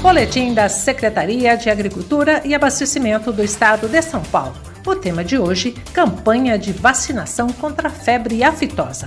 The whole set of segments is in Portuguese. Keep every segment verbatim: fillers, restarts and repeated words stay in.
Boletim da Secretaria de Agricultura e Abastecimento do Estado de São Paulo. O tema de hoje, campanha de vacinação contra a febre aftosa.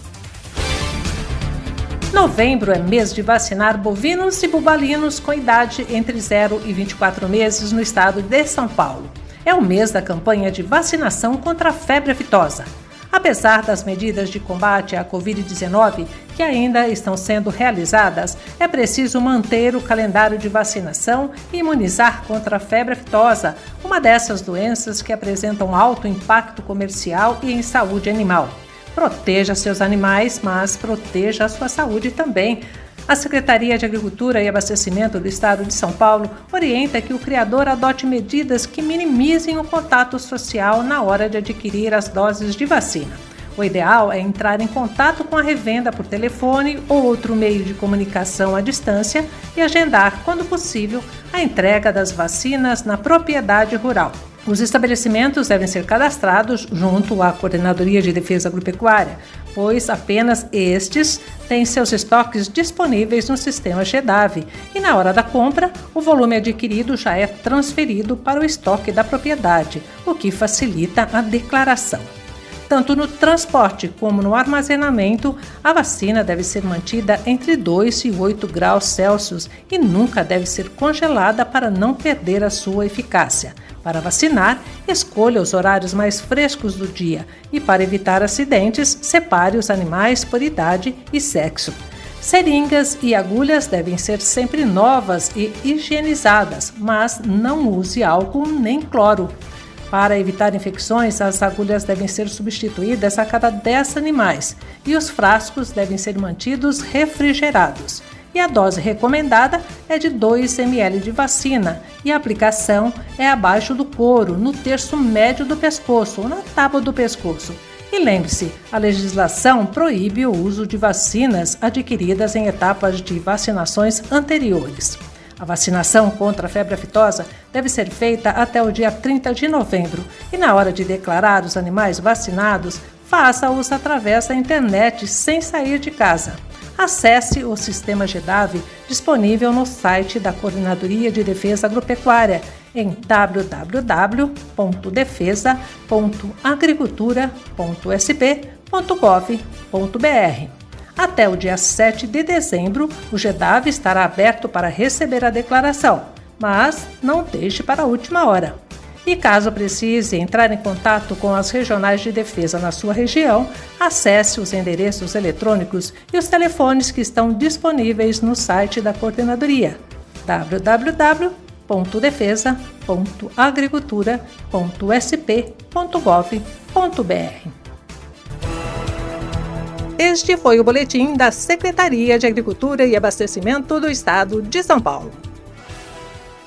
Novembro é mês de vacinar bovinos e bubalinos com idade entre zero e vinte e quatro meses no estado de São Paulo. É o mês da campanha de vacinação contra a febre aftosa. Apesar das medidas de combate à covid dezenove que ainda estão sendo realizadas, é preciso manter o calendário de vacinação e imunizar contra a febre aftosa, uma dessas doenças que apresentam alto impacto comercial e em saúde animal. Proteja seus animais, mas proteja a sua saúde também. A Secretaria de Agricultura e Abastecimento do Estado de São Paulo orienta que o criador adote medidas que minimizem o contato social na hora de adquirir as doses de vacina. O ideal é entrar em contato com a revenda por telefone ou outro meio de comunicação à distância e agendar, quando possível, a entrega das vacinas na propriedade rural. Os estabelecimentos devem ser cadastrados junto à Coordenadoria de Defesa Agropecuária, pois apenas estes têm seus estoques disponíveis no sistema GEDAV e, na hora da compra, o volume adquirido já é transferido para o estoque da propriedade, o que facilita a declaração. Tanto no transporte como no armazenamento, a vacina deve ser mantida entre dois e oito graus Celsius e nunca deve ser congelada para não perder a sua eficácia. Para vacinar, escolha os horários mais frescos do dia e, para evitar acidentes, separe os animais por idade e sexo. Seringas e agulhas devem ser sempre novas e higienizadas, mas não use álcool nem cloro. Para evitar infecções, as agulhas devem ser substituídas a cada dez animais e os frascos devem ser mantidos refrigerados. E a dose recomendada é de dois mililitros de vacina e a aplicação é abaixo do couro, no terço médio do pescoço ou na tábua do pescoço. E lembre-se, a legislação proíbe o uso de vacinas adquiridas em etapas de vacinações anteriores. A vacinação contra a febre aftosa deve ser feita até o dia trinta de novembro e, na hora de declarar os animais vacinados, faça-os através da internet sem sair de casa. Acesse o sistema GEDAV disponível no site da Coordenadoria de Defesa Agropecuária em w w w ponto defesa ponto agricultura ponto s p ponto gov ponto b r. Até o dia sete de dezembro, o GEDAV estará aberto para receber a declaração, mas não deixe para a última hora. E caso precise entrar em contato com as regionais de defesa na sua região, acesse os endereços eletrônicos e os telefones que estão disponíveis no site da Coordenadoria w w w ponto defesa ponto agricultura ponto s p ponto gov ponto b r. Este foi o boletim da Secretaria de Agricultura e Abastecimento do Estado de São Paulo.